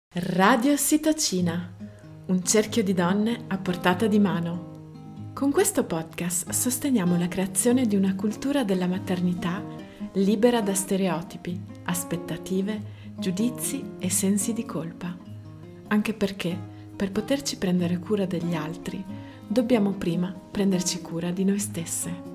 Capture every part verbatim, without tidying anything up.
Radio Ossitocina, un cerchio di donne a portata di mano. Con questo podcast sosteniamo la creazione di una cultura della maternità libera da stereotipi, aspettative, giudizi e sensi di colpa. Anche perché, per poterci prendere cura degli altri, dobbiamo prima prenderci cura di noi stesse.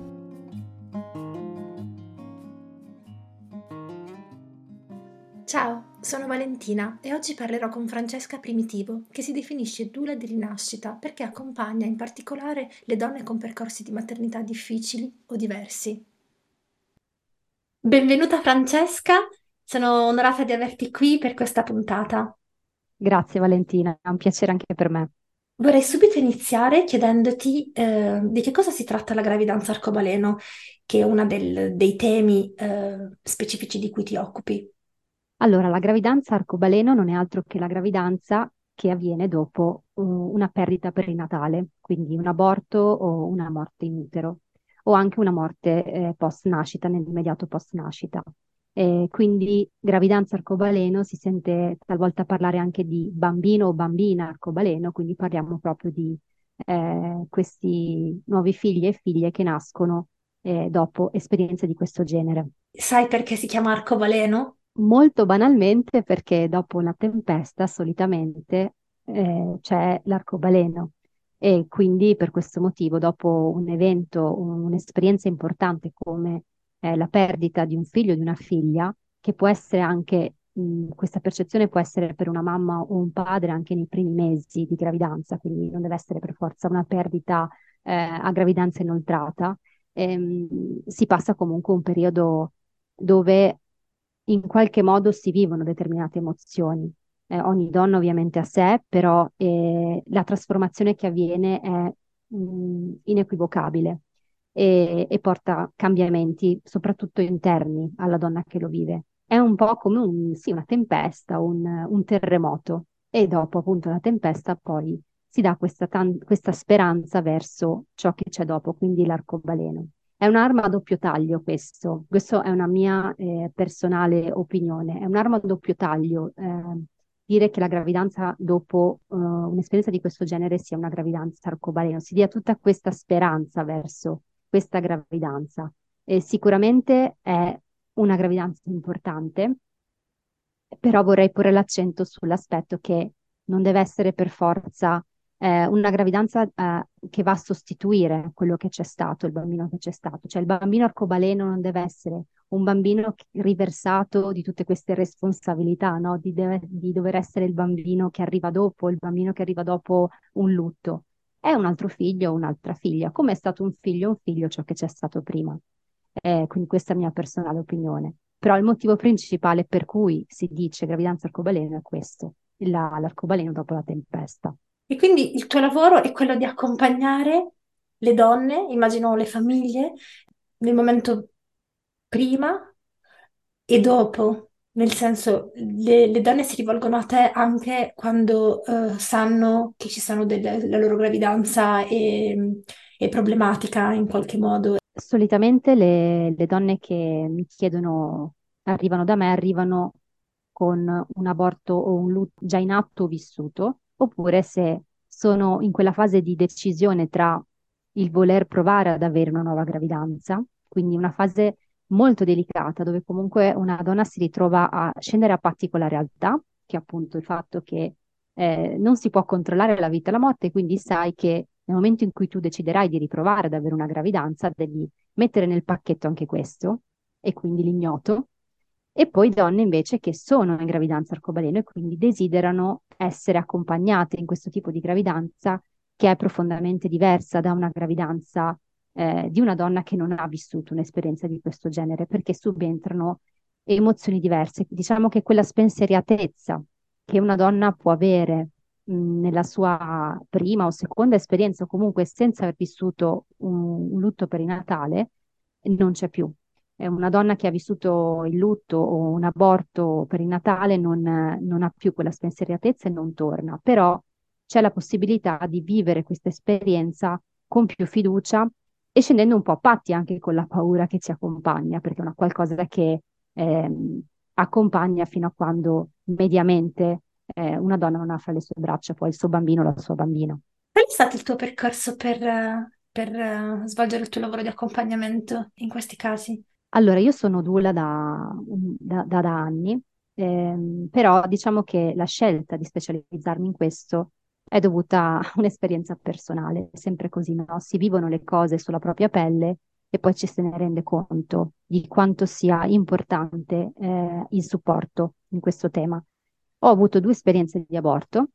Ciao, sono Valentina e oggi parlerò con Francesca Primitivo, che si definisce doula di rinascita perché accompagna in particolare le donne con percorsi di maternità difficili o diversi. Benvenuta Francesca, sono onorata di averti qui per questa puntata. Grazie Valentina, è un piacere anche per me. Vorrei subito iniziare chiedendoti eh, di che cosa si tratta la gravidanza arcobaleno, che è uno dei temi eh, specifici di cui ti occupi. Allora, la gravidanza arcobaleno non è altro che la gravidanza che avviene dopo uh, una perdita perinatale, quindi un aborto o una morte in utero, o anche una morte eh, post nascita, nell'immediato post nascita. E quindi gravidanza arcobaleno si sente talvolta parlare anche di bambino o bambina arcobaleno, quindi parliamo proprio di eh, questi nuovi figli e figlie che nascono eh, dopo esperienze di questo genere. Sai perché si chiama arcobaleno? Molto banalmente perché dopo una tempesta solitamente eh, c'è l'arcobaleno e quindi per questo motivo dopo un evento, un- un'esperienza importante come eh, la perdita di un figlio o di una figlia, che può essere anche, mh, questa percezione può essere per una mamma o un padre anche nei primi mesi di gravidanza, quindi non deve essere per forza una perdita eh, a gravidanza inoltrata, ehm, si passa comunque un periodo dove in qualche modo si vivono determinate emozioni. Eh, ogni donna ovviamente a sé, però eh, la trasformazione che avviene è mh, inequivocabile e, e porta cambiamenti, soprattutto interni, alla donna che lo vive. È un po' come un- sì, una tempesta, un, un terremoto e dopo appunto la tempesta poi si dà questa, tan- questa speranza verso ciò che c'è dopo, quindi l'arcobaleno. È un'arma a doppio taglio questo, questo è una mia eh, personale opinione, è un'arma a doppio taglio. Eh, dire che la gravidanza dopo eh, un'esperienza di questo genere sia una gravidanza arcobaleno, si dia tutta questa speranza verso questa gravidanza. E sicuramente è una gravidanza importante, però vorrei porre l'accento sull'aspetto che non deve essere per forza eh, una gravidanza eh, che va a sostituire quello che c'è stato, il bambino che c'è stato. Cioè il bambino arcobaleno non deve essere un bambino che- riversato di tutte queste responsabilità, no? Di, deve- di dover essere il bambino che arriva dopo, il bambino che arriva dopo un lutto. È un altro figlio o un'altra figlia, come è stato un figlio o un figlio ciò che c'è stato prima. Eh, quindi questa è mia personale opinione. Però il motivo principale per cui si dice gravidanza arcobaleno è questo, la- l'arcobaleno dopo la tempesta. E quindi il tuo lavoro è quello di accompagnare le donne, immagino le famiglie, nel momento prima e dopo, nel senso le, le donne si rivolgono a te anche quando eh, sanno che ci sono delle, la loro gravidanza è, è problematica in qualche modo. Solitamente le, le donne che mi chiedono, arrivano da me, arrivano con un aborto o un lutto già in atto o vissuto, oppure se sono in quella fase di decisione tra il voler provare ad avere una nuova gravidanza, quindi una fase molto delicata dove comunque una donna si ritrova a scendere a patti con la realtà, che è appunto il fatto che eh, non si può controllare la vita e la morte, quindi sai che nel momento in cui tu deciderai di riprovare ad avere una gravidanza, devi mettere nel pacchetto anche questo, e quindi l'ignoto, e poi donne invece che sono in gravidanza arcobaleno e quindi desiderano essere accompagnate in questo tipo di gravidanza che è profondamente diversa da una gravidanza eh, di una donna che non ha vissuto un'esperienza di questo genere, perché subentrano emozioni diverse. Diciamo che quella spensieratezza che una donna può avere mh, nella sua prima o seconda esperienza, o comunque senza aver vissuto un, un lutto perinatale, non c'è più. È una donna che ha vissuto il lutto o un aborto perinatale non, non ha più quella spensieratezza e non torna, però c'è la possibilità di vivere questa esperienza con più fiducia e scendendo un po' a patti anche con la paura che ci accompagna, perché è una qualcosa che ehm, accompagna fino a quando mediamente eh, una donna non ha fra le sue braccia poi il suo bambino o la sua bambina. Qual è stato il tuo percorso per, eh, per, eh, svolgere il tuo lavoro di accompagnamento in questi casi? Allora, io sono doula da, da- da- da anni, ehm, però diciamo che la scelta di specializzarmi in questo è dovuta a un'esperienza personale, è sempre così, no? Si vivono le cose sulla propria pelle e poi ci se ne rende conto di quanto sia importante, eh, il supporto in questo tema. Ho avuto due esperienze di aborto,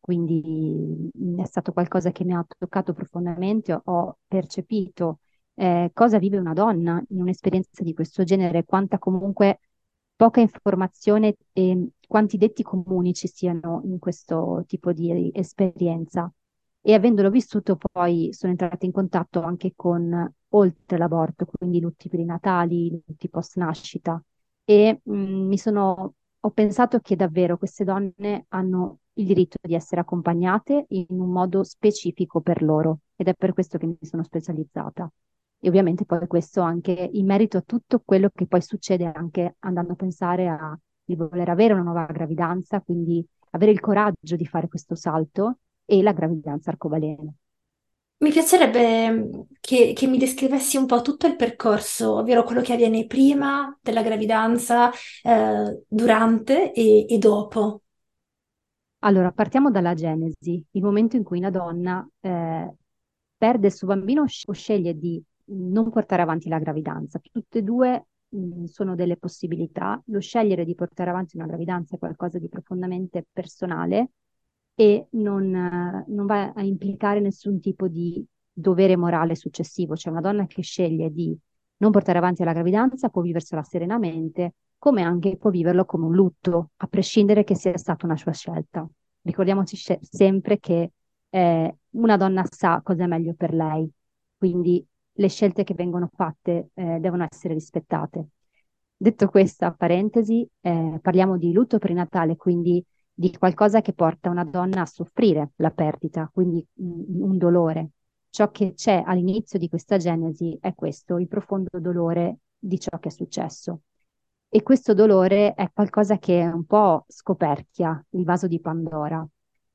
quindi mh, è stato qualcosa che mi ha toccato profondamente, ho percepito eh, cosa vive una donna in un'esperienza di questo genere, quanta comunque poca informazione e quanti detti comuni ci siano in questo tipo di esperienza. E avendolo vissuto, poi sono entrata in contatto anche con oltre l'aborto, quindi lutti perinatali, lutti post nascita. E mh, mi sono, ho pensato che davvero queste donne hanno il diritto di essere accompagnate in un modo specifico per loro ed è per questo che mi sono specializzata. E ovviamente poi questo anche in merito a tutto quello che poi succede anche andando a pensare a di voler avere una nuova gravidanza, quindi avere il coraggio di fare questo salto e la gravidanza arcobaleno. Mi piacerebbe mm, che, che mi descrivessi un po' tutto il percorso, ovvero quello che avviene prima della gravidanza, eh, durante e, e dopo. Allora, partiamo dalla genesi, il momento in cui una donna eh, perde il suo bambino o sc- o sceglie di non portare avanti la gravidanza. Tutte e due mh, sono delle possibilità. Lo scegliere di portare avanti una gravidanza è qualcosa di profondamente personale e non, eh, non va a implicare nessun tipo di dovere morale successivo. Cioè una donna che sceglie di non portare avanti la gravidanza può viversela serenamente, come anche può viverlo come un lutto, a prescindere che sia stata una sua scelta. Ricordiamoci sce- sempre che eh, una donna sa cosa è meglio per lei, quindi le scelte che vengono fatte eh, devono essere rispettate. Detto questa parentesi, eh, parliamo di lutto prenatale, quindi di qualcosa che porta una donna a soffrire la perdita, quindi mm, un dolore. Ciò che c'è all'inizio di questa genesi è questo, il profondo dolore di ciò che è successo. E questo dolore è qualcosa che un po' scoperchia il vaso di Pandora.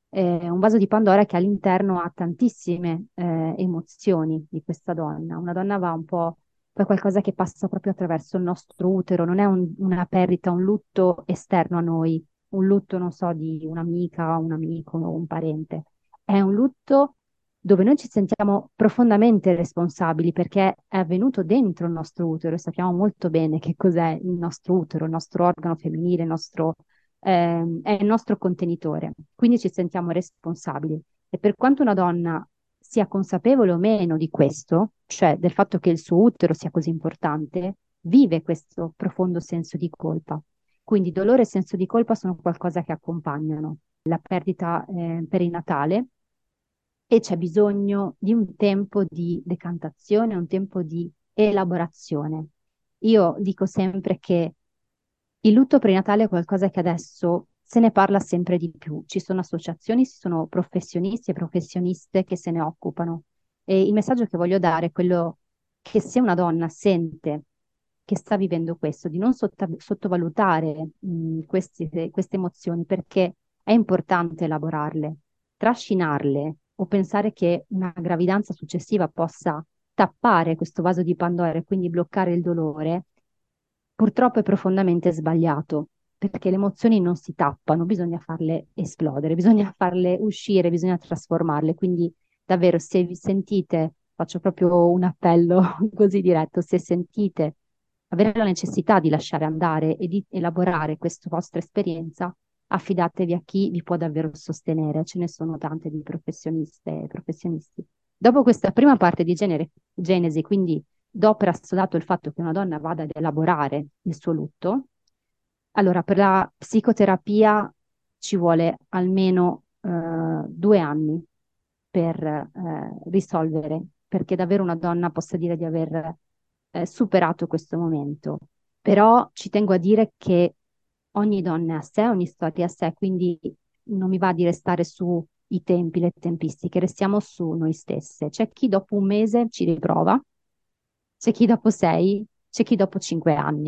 È un vaso di Pandora che all'interno ha tantissime eh, emozioni di questa donna. Una donna va un po', poi qualcosa che passa proprio attraverso il nostro utero, non è un- una perdita, un lutto esterno a noi, un lutto, non so, di un'amica, un amico o un parente. È un lutto dove noi ci sentiamo profondamente responsabili perché è avvenuto dentro il nostro utero e sappiamo molto bene che cos'è il nostro utero, il nostro organo femminile, il nostro, ehm, è il nostro contenitore. Quindi ci sentiamo responsabili. E per quanto una donna sia consapevole o meno di questo, cioè del fatto che il suo utero sia così importante, vive questo profondo senso di colpa. Quindi dolore e senso di colpa sono qualcosa che accompagnano la perdita eh, perinatale e c'è bisogno di un tempo di decantazione, un tempo di elaborazione. Io dico sempre che il lutto prenatale è qualcosa che adesso se ne parla sempre di più. Ci sono associazioni, ci sono professionisti e professioniste che se ne occupano. E il messaggio che voglio dare è quello che se una donna sente che sta vivendo questo, di non sotta- sottovalutare mh, questi- queste emozioni perché è importante elaborarle, trascinarle o pensare che una gravidanza successiva possa tappare questo vaso di Pandora e quindi bloccare il dolore, purtroppo è profondamente sbagliato, perché le emozioni non si tappano, bisogna farle esplodere, bisogna farle uscire, bisogna trasformarle. Quindi davvero, se vi sentite, faccio proprio un appello così diretto, se sentite avere la necessità di lasciare andare e di elaborare questa vostra esperienza, affidatevi a chi vi può davvero sostenere. Ce ne sono tante di professioniste e professionisti. Dopo questa prima parte di genere, genesi, quindi dopo era assodato il fatto che una donna vada ad elaborare il suo lutto, allora per la psicoterapia ci vuole almeno eh, due anni per eh, risolvere, perché davvero una donna possa dire di aver eh, superato questo momento. Però ci tengo a dire che ogni donna è a sé, ogni storia è a sé, quindi non mi va di restare sui tempi, le tempistiche, restiamo su noi stesse. C'è chi dopo un mese ci riprova, c'è chi dopo sei, c'è chi dopo cinque anni.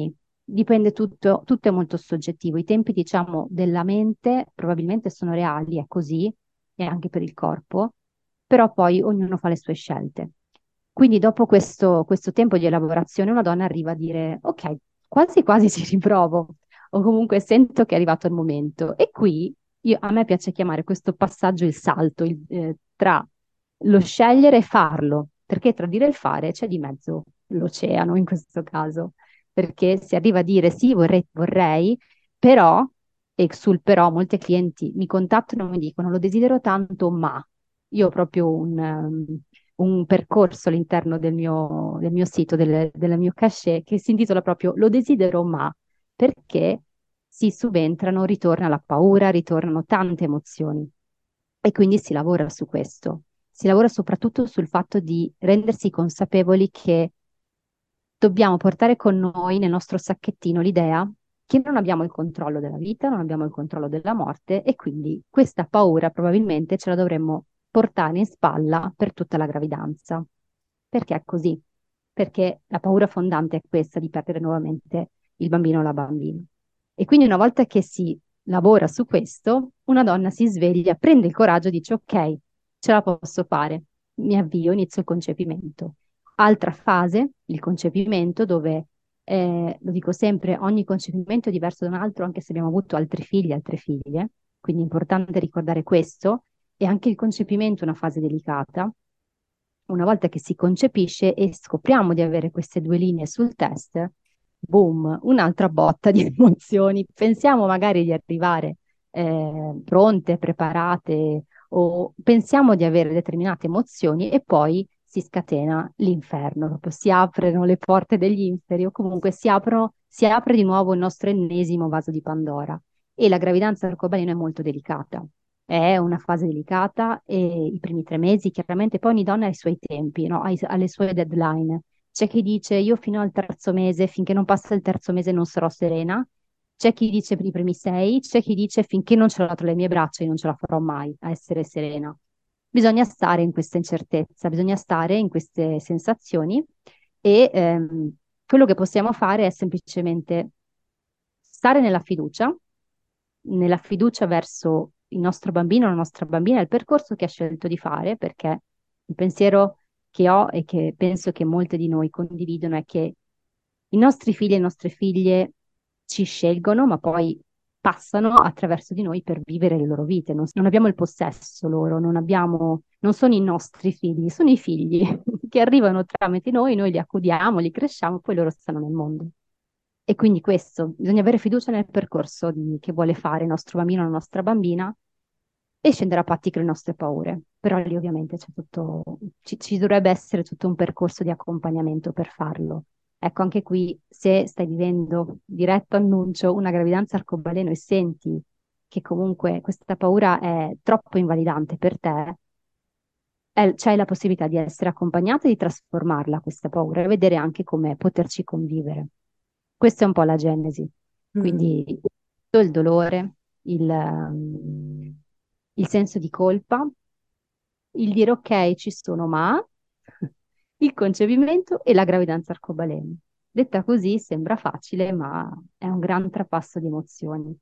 dipende tutto, tutto è molto soggettivo. I tempi, diciamo, della mente probabilmente sono reali, è così, e anche per il corpo, però poi ognuno fa le sue scelte. Quindi dopo questo, questo tempo di elaborazione una donna arriva a dire, ok, quasi quasi ci riprovo, o comunque sento che è arrivato il momento. E qui io- a me piace chiamare questo passaggio il salto il- eh, tra lo scegliere e farlo, perché tra dire e il fare c'è di mezzo l'oceano in questo caso, perché si arriva a dire sì, vorrei, vorrei, però, e sul però molti clienti mi contattano e mi dicono lo desidero tanto, ma io ho proprio un, um, un percorso all'interno del mio, del mio sito, del, del mio cachet, che si intitola proprio Lo desidero, ma perché si subentrano, ritorna la paura, ritornano tante emozioni e quindi si lavora su questo. Si lavora soprattutto sul fatto di rendersi consapevoli che dobbiamo portare con noi nel nostro sacchettino l'idea che non abbiamo il controllo della vita, non abbiamo il controllo della morte e quindi questa paura probabilmente ce la dovremmo portare in spalla per tutta la gravidanza. Perché è così? Perché la paura fondante è questa di perdere nuovamente il bambino o la bambina. E quindi una volta che si lavora su questo, una donna si sveglia, prende il coraggio e dice ok, ce la posso fare, mi avvio, inizio il concepimento. Altra fase, il concepimento, dove, eh, lo dico sempre, ogni concepimento è diverso da un altro, anche se abbiamo avuto altri figli, altre figlie, quindi è importante ricordare questo, e anche il concepimento è una fase delicata. Una volta che si concepisce e scopriamo di avere queste due linee sul test, boom, un'altra botta di emozioni. Pensiamo magari di arrivare eh, pronte, preparate, o pensiamo di avere determinate emozioni e poi si scatena l'inferno, proprio si aprono le porte degli inferi o comunque si aprono, si apre di nuovo il nostro ennesimo vaso di Pandora. E la gravidanza arcobaleno è molto delicata. È una fase delicata e i primi tre mesi, chiaramente, poi ogni donna ha i suoi tempi, no? Ha i- ha le sue deadline. C'è chi dice io fino al terzo mese, finché non passa il terzo mese non sarò serena. C'è chi dice per i primi sei, c'è chi dice finché non ce l'ho tra le mie braccia io non ce la farò mai a essere serena. Bisogna stare in questa incertezza, bisogna stare in queste sensazioni e ehm, quello che possiamo fare è semplicemente stare nella fiducia, nella fiducia verso il nostro bambino, la nostra bambina, il percorso che ha scelto di fare, perché il pensiero che ho e che penso che molte di noi condividono è che i nostri figli e le nostre figlie ci scelgono, ma poi passano attraverso di noi per vivere le loro vite. Non, non abbiamo il possesso loro, non abbiamo, non sono i nostri figli, sono i figli che arrivano tramite noi, noi li accudiamo, li cresciamo, poi loro stanno nel mondo. E quindi questo, bisogna avere fiducia nel percorso di- che vuole fare il nostro bambino o la nostra bambina e scendere a patti con le nostre paure. Però lì ovviamente c'è tutto, ci, ci dovrebbe essere tutto un percorso di accompagnamento per farlo. Ecco, anche qui, se stai vivendo diretto annuncio una gravidanza arcobaleno e senti che comunque questa paura è troppo invalidante per te, è- c'hai la possibilità di essere accompagnata e di trasformarla, questa paura, e vedere anche come poterci convivere. Questa è un po' la genesi. Mm. Quindi tutto il dolore, il, ehm, il senso di colpa, il dire ok, ci sono, ma il concepimento e la gravidanza arcobaleno. Detta così sembra facile, ma è un gran trapasso di emozioni.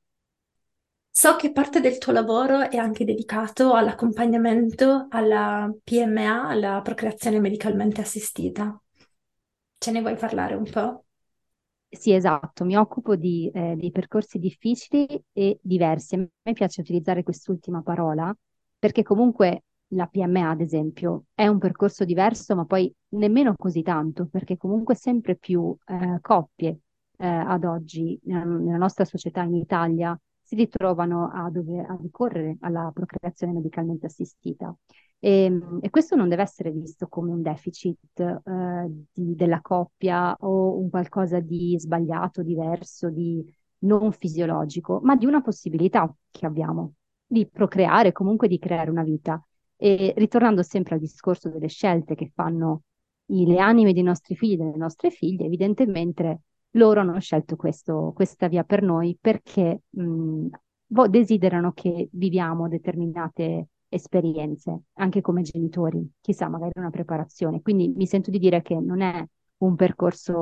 So che parte del tuo lavoro è anche dedicato all'accompagnamento alla P M A, alla procreazione medicalmente assistita. Ce ne vuoi parlare un po'? Sì, esatto, mi occupo di, eh, dei percorsi difficili e diversi. A me piace utilizzare quest'ultima parola perché comunque la P M A, ad esempio, è un percorso diverso, ma poi nemmeno così tanto, perché comunque sempre più eh, coppie eh, ad oggi nella, nella nostra società in Italia si ritrovano a, dover, a ricorrere alla procreazione medicalmente assistita. E, e questo non deve essere visto come un deficit eh, di- della coppia o un qualcosa di sbagliato, diverso, di non fisiologico, ma di una possibilità che abbiamo di procreare, comunque di creare una vita. E ritornando sempre al discorso delle scelte che fanno i- le anime dei nostri figli e delle nostre figlie, evidentemente loro hanno scelto questo- questa via per noi perché mh, vo- desiderano che viviamo determinate esperienze, anche come genitori, chissà, magari una preparazione. Quindi mi sento di dire che non è un percorso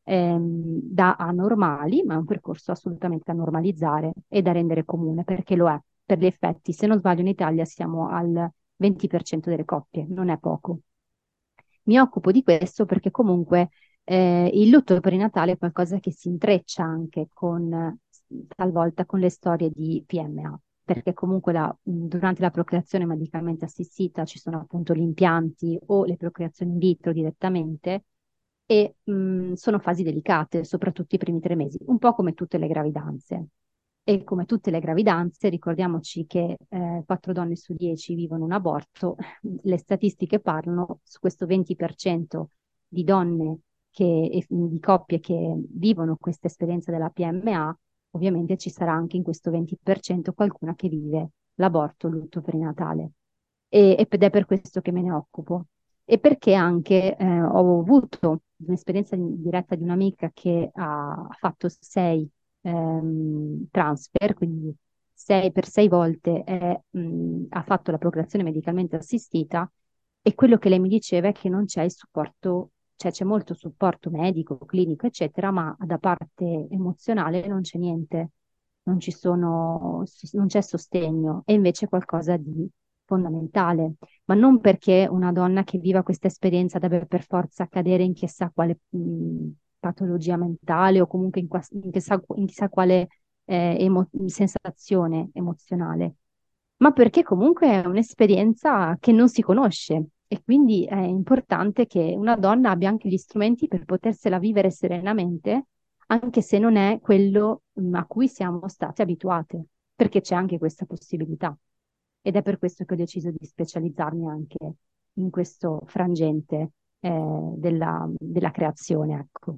ehm, da anormali, ma è un percorso assolutamente da normalizzare e da rendere comune, perché lo è. Per gli effetti, se non sbaglio, in Italia siamo al venti per cento delle coppie, non è poco. Mi occupo di questo perché comunque eh, il lutto perinatale è qualcosa che si intreccia anche con, eh, talvolta con le storie di P M A, perché comunque la- durante la procreazione medicalmente assistita ci sono appunto gli impianti o le procreazioni in vitro direttamente e mh, sono fasi delicate, soprattutto i primi tre mesi, un po' come tutte le gravidanze. E come tutte le gravidanze, ricordiamoci che eh, quattro donne su dieci vivono un aborto, le statistiche parlano su questo venti per cento di donne che, e di coppie che vivono questa esperienza della P M A, ovviamente ci sarà anche in questo venti per cento qualcuna che vive l'aborto, il lutto perinatale. E, ed è per questo che me ne occupo. E perché anche eh, ho avuto un'esperienza di- diretta di un'amica che ha fatto sei ehm, transfer, quindi sei, per sei volte è, mh, ha fatto la procreazione medicalmente assistita e quello che lei mi diceva è che non c'è il supporto, cioè c'è molto supporto medico, clinico, eccetera, ma da parte emozionale non c'è niente, non ci sono, non c'è sostegno e invece è qualcosa di fondamentale, ma non perché una donna che viva questa esperienza deve per forza cadere in chissà quale mh, patologia mentale o comunque in, qua- in chissà, in chissà quale eh, emo- sensazione emozionale, ma perché comunque è un'esperienza che non si conosce e quindi è importante che una donna abbia anche gli strumenti per potersela vivere serenamente, anche se non è quello mm, a cui siamo state abituate, perché c'è anche questa possibilità. Ed è per questo che ho deciso di specializzarmi anche in questo frangente eh, della, della creazione, ecco.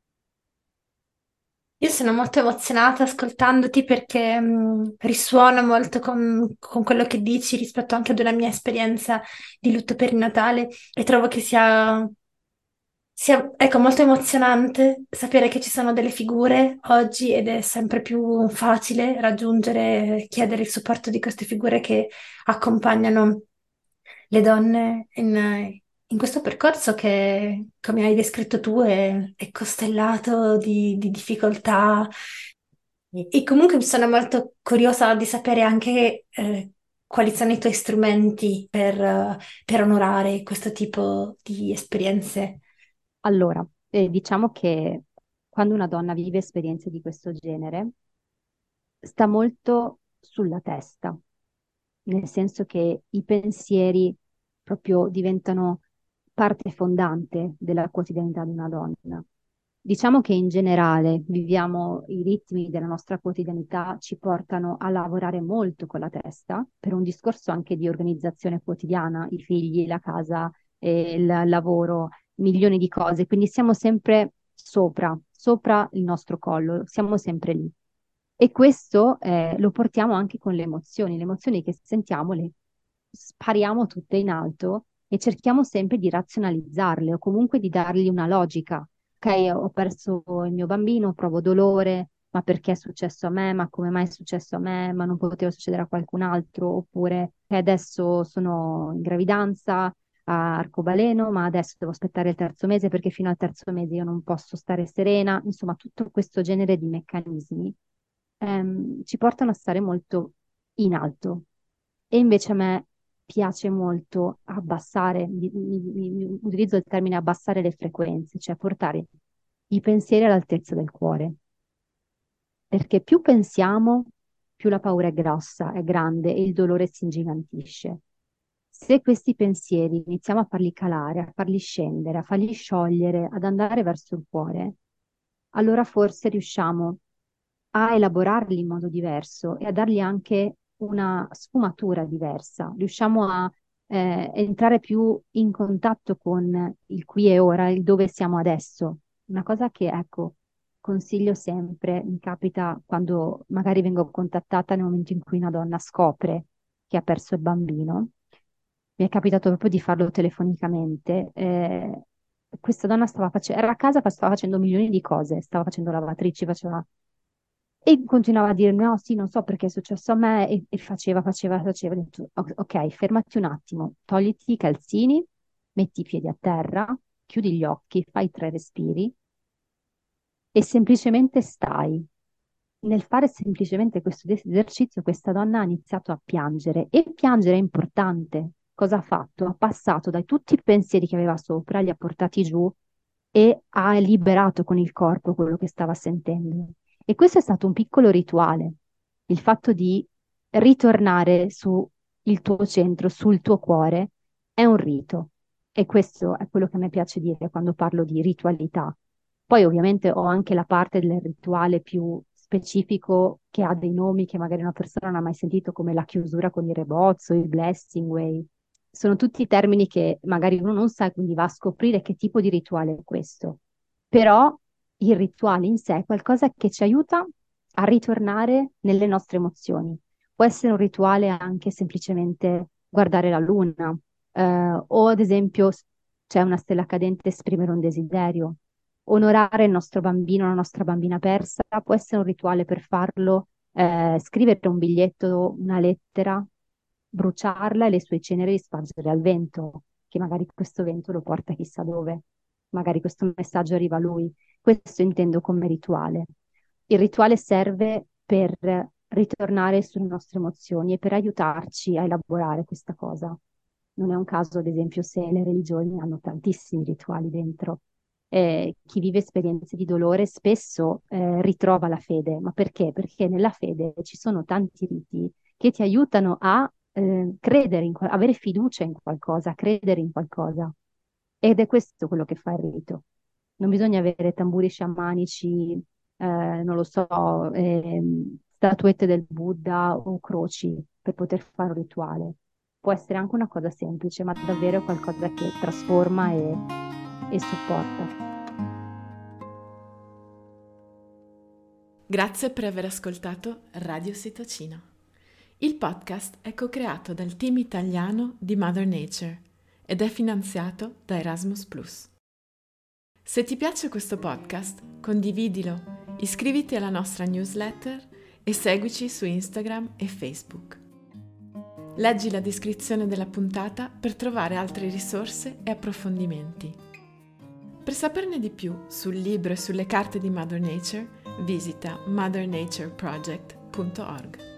Io sono molto emozionata ascoltandoti perché mh, risuono molto con, con quello che dici rispetto anche ad una mia esperienza di lutto perinatale e trovo che sia, sia, ecco, molto emozionante sapere che ci sono delle figure oggi ed è sempre più facile raggiungere, chiedere il supporto di queste figure che accompagnano le donne in, in questo percorso che, come hai descritto tu, è, è costellato di, di difficoltà. E, e comunque sono molto curiosa di sapere anche eh, quali sono i tuoi strumenti per, eh, per onorare questo tipo di esperienze. Allora, eh, diciamo che quando una donna vive esperienze di questo genere, sta molto sulla testa, nel senso che i pensieri proprio diventano parte fondante della quotidianità di una donna. Diciamo che in generale viviamo i ritmi della nostra quotidianità ci portano a lavorare molto con la testa per un discorso anche di organizzazione quotidiana, i figli, la casa, eh, il lavoro, milioni di cose, quindi siamo sempre sopra, sopra il nostro collo, siamo sempre lì. E questo eh, lo portiamo anche con le emozioni, le emozioni che sentiamo le spariamo tutte in alto e cerchiamo sempre di razionalizzarle o comunque di dargli una logica. Ok, ho perso il mio bambino, provo dolore, ma perché è successo a me? Ma come mai è successo a me? Ma non poteva succedere a qualcun altro? Oppure "Eh, adesso sono in gravidanza a arcobaleno, ma adesso devo aspettare il terzo mese perché fino al terzo mese io non posso stare serena." Insomma, tutto questo genere di meccanismi ehm, ci portano a stare molto in alto. E invece a me piace molto abbassare, mi- mi- mi- mi- utilizzo il termine abbassare le frequenze, cioè portare i pensieri all'altezza del cuore. Perché più pensiamo, più la paura è grossa, è grande e il dolore si ingigantisce. Se questi pensieri iniziamo a farli calare, a farli scendere, a farli sciogliere, ad andare verso il cuore, allora forse riusciamo a elaborarli in modo diverso e a dargli anche una sfumatura diversa. Riusciamo a eh, entrare più in contatto con il qui e ora, il dove siamo adesso. Una cosa che, ecco, consiglio sempre, mi capita quando magari vengo contattata nel momento in cui una donna scopre che ha perso il bambino. Mi è capitato proprio di farlo telefonicamente. Eh, questa donna stava facendo, era a casa, fa- stava facendo milioni di cose, stava facendo lavatrici, faceva e continuava a dirmi, no, sì, non so perché è successo a me, e, e faceva, faceva, faceva. Ho detto, "O- ok, fermati un attimo, togliti i calzini, metti i piedi a terra, chiudi gli occhi, fai tre respiri e semplicemente stai. Nel fare semplicemente questo esercizio, questa donna ha iniziato a piangere e piangere è importante. Cosa ha fatto? Ha passato dai tutti i pensieri che aveva sopra, li ha portati giù e ha liberato con il corpo quello che stava sentendo. E questo è stato un piccolo rituale, il fatto di ritornare sul tuo centro, sul tuo cuore, è un rito. E questo è quello che a me piace dire quando parlo di ritualità. Poi ovviamente ho anche la parte del rituale più specifico che ha dei nomi che magari una persona non ha mai sentito, come la chiusura con il rebozzo, il blessing way. Sono tutti termini che magari uno non sa, quindi va a scoprire che tipo di rituale è questo. Però il rituale in sé è qualcosa che ci aiuta a ritornare nelle nostre emozioni. Può essere un rituale anche semplicemente guardare la luna, eh, o ad esempio c'è una stella cadente, esprimere un desiderio. Onorare il nostro bambino, la nostra bambina persa, può essere un rituale per farlo, eh, scrivere un biglietto, una lettera, bruciarla e le sue ceneri spargere al vento, che magari questo vento lo porta chissà dove, magari questo messaggio arriva a lui. Questo intendo come rituale. Il rituale serve per ritornare sulle nostre emozioni e per aiutarci a elaborare questa cosa. Non è un caso, ad esempio, se le religioni hanno tantissimi rituali dentro. Eh, chi vive esperienze di dolore spesso eh, ritrova la fede, ma perché? Perché nella fede ci sono tanti riti che ti aiutano a eh, credere, in, avere fiducia in qualcosa, credere in qualcosa. Ed è questo quello che fa il rito. Non bisogna avere tamburi sciamanici, eh, non lo so, ehm, statuette del Buddha o croci per poter fare un rituale. Può essere anche una cosa semplice, ma davvero qualcosa che trasforma e, e supporta. Grazie per aver ascoltato Radio Sitocina. Il podcast è co-creato dal team italiano di Mother Nature ed è finanziato da Erasmus plus. Se ti piace questo podcast, condividilo, iscriviti alla nostra newsletter e seguici su Instagram e Facebook. Leggi la descrizione della puntata per trovare altre risorse e approfondimenti. Per saperne di più sul libro e sulle carte di Mother Nature, visita mother nature project punto org.